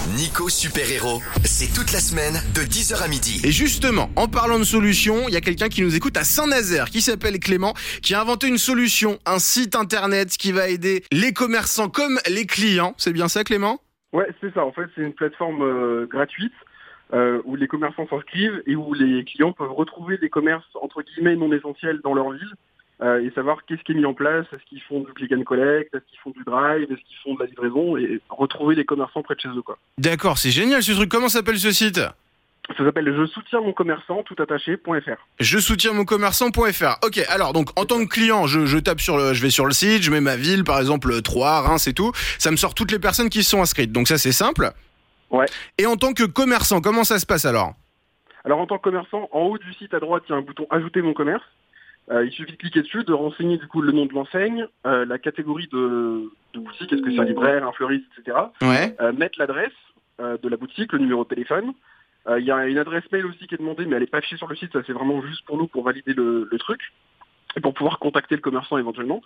Nico Super Héros, c'est toute la semaine de 10h à midi. Et justement, en parlant de solutions, il y a quelqu'un qui nous écoute à Saint-Nazaire, qui s'appelle Clément, qui a inventé une solution, un site internet qui va aider les commerçants comme les clients. C'est bien ça, Clément ? Ouais, c'est ça. En fait, c'est une plateforme gratuite où les commerçants s'inscrivent et où les clients peuvent retrouver des commerces entre guillemets non essentiels dans leur ville et savoir qu'est-ce qui est mis en place, est-ce qu'ils font du click and collect, est-ce qu'ils font du drive, est-ce qu'ils font de la livraison et retrouver les commerçants près de chez eux, quoi. D'accord, c'est génial ce truc. Comment s'appelle ce site ? Ça s'appelle Je soutiens mon commerçant toutattaché.fr. Je soutiens mon commerçant.fr. Ok, alors donc en tant que client, je tape je vais sur le site, je mets ma ville, par exemple Troyes, Reims et tout. Ça me sort toutes les personnes qui se sont inscrites. Donc ça c'est simple. Ouais. Et en tant que commerçant, comment ça se passe alors ? Alors en tant que commerçant, en haut du site à droite, il y a un bouton Ajouter mon commerce. Il suffit de cliquer dessus, de renseigner du coup le nom de l'enseigne, la catégorie de boutique, est-ce que c'est un libraire, un fleuriste, etc. Ouais. Mettre l'adresse de la boutique, le numéro de téléphone. Il y a une adresse mail aussi qui est demandée, mais elle n'est pas affichée sur le site, ça c'est vraiment juste pour nous, pour valider le truc, et pour pouvoir contacter le commerçant éventuellement.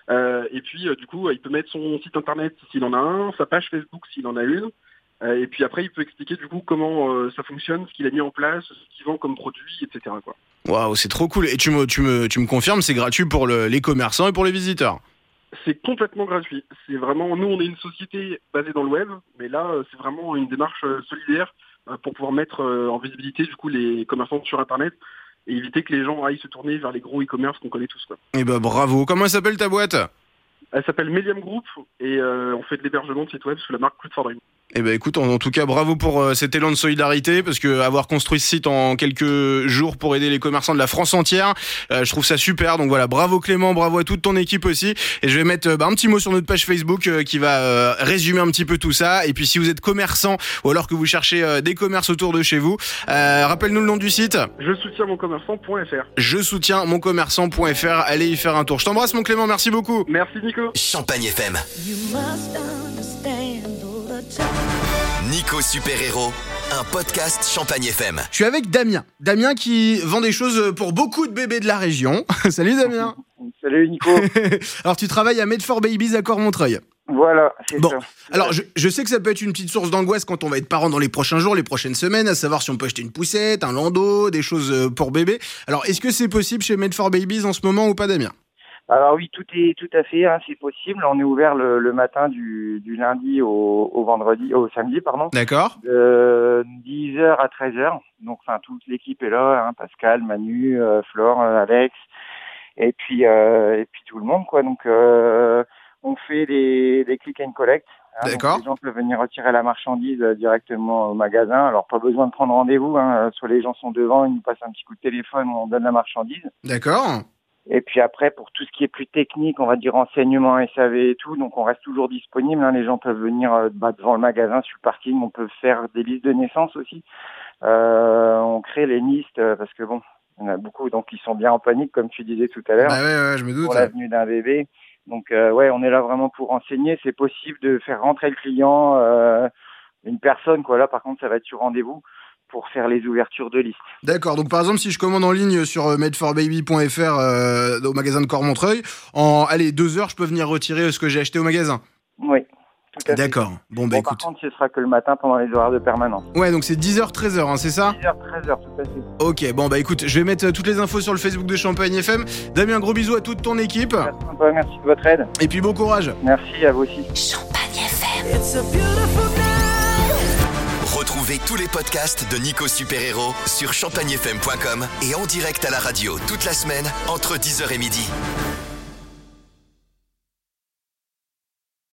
Et puis du coup, il peut mettre son site internet s'il en a un, sa page Facebook s'il en a une, et puis après il peut expliquer du coup comment ça fonctionne, ce qu'il a mis en place, ce qu'il vend comme produit, etc., quoi. Waouh, c'est trop cool. Et tu me confirmes, c'est gratuit pour les commerçants et pour les visiteurs ? C'est complètement gratuit. C'est vraiment, nous on est une société basée dans le web, mais là c'est vraiment une démarche solidaire pour pouvoir mettre en visibilité du coup les commerçants sur internet et éviter que les gens aillent se tourner vers les gros e-commerce qu'on connaît tous, quoi. Eh ben bravo. Comment elle s'appelle ta boîte ? Elle s'appelle Medium Group et on fait de l'hébergement de site web sous la marque Club for Dream. Eh ben écoute, en tout cas bravo pour cet élan de solidarité, parce que avoir construit ce site en quelques jours pour aider les commerçants de la France entière, je trouve ça super. Donc voilà, bravo Clément, bravo à toute ton équipe aussi. Et je vais mettre un petit mot sur notre page Facebook qui va résumer un petit peu tout ça. Et puis si vous êtes commerçant ou alors que vous cherchez des commerces autour de chez vous, rappelle-nous le nom du site. Je soutiens mon commerçant.fr. Je soutiens mon commerçant.fr. Allez y faire un tour. Je t'embrasse mon Clément, merci beaucoup. Merci Nico. Champagne FM. You must understand all the time. Nico Super Héros, un podcast Champagne FM. Je suis avec Damien. Damien qui vend des choses pour beaucoup de bébés de la région. Salut Damien. Salut Nico. Alors tu travailles à Made for Babies à Cormontreuil. Voilà, c'est Bon, ça. alors je sais que ça peut être une petite source d'angoisse quand on va être parent dans les prochains jours, les prochaines semaines, à savoir si on peut acheter une poussette, un landau, des choses pour bébé. Alors est-ce que c'est possible chez Made for Babies en ce moment ou pas, Damien ? Alors oui, tout à fait, hein, c'est possible. On est ouvert le matin du lundi au samedi, pardon. D'accord. De 10h à 13h. Donc, enfin, toute l'équipe est là, hein, Pascal, Manu, Flore, Alex, et puis tout le monde, quoi. Donc, on fait des click and collect. Hein, D'accord. donc les gens peuvent venir retirer la marchandise directement au magasin. Alors, pas besoin de prendre rendez-vous, hein. Soit les gens sont devant, ils nous passent un petit coup de téléphone, on donne la marchandise. D'accord. Et puis après, pour tout ce qui est plus technique, on va dire renseignement SAV et tout, donc on reste toujours disponible, hein. Les gens peuvent venir devant le magasin, sur le parking, on peut faire des listes de naissance aussi. On crée les listes parce que bon, il y en a beaucoup donc qui sont bien en panique, comme tu disais tout à l'heure, Bah ouais, je me doute. pour la venue d'un bébé. Donc ouais, on est là vraiment pour renseigner. C'est possible de faire rentrer le client, une personne, quoi. Là, par contre, ça va être sur rendez-vous pour faire les ouvertures de liste. D'accord, donc par exemple, si je commande en ligne sur madeforbaby.fr au magasin de Cormontreuil, en 2 heures, je peux venir retirer ce que j'ai acheté au magasin. Oui, tout à fait. D'accord, bon bah Bon, écoute. par contre, ce sera que le matin pendant les horaires de permanence. Ouais, donc c'est 10h, 13h, hein, c'est ça ? 10h, 13h, tout à fait. Ok, bon bah écoute, je vais mettre toutes les infos sur le Facebook de Champagne FM. Damien, gros bisous à toute ton équipe. Merci de votre aide. Et puis bon courage. Merci à vous aussi. Champagne FM. It's a beautiful day. Retrouvez tous les podcasts de Nico Super Héros sur champagnefm.com et en direct à la radio toute la semaine entre 10h et midi.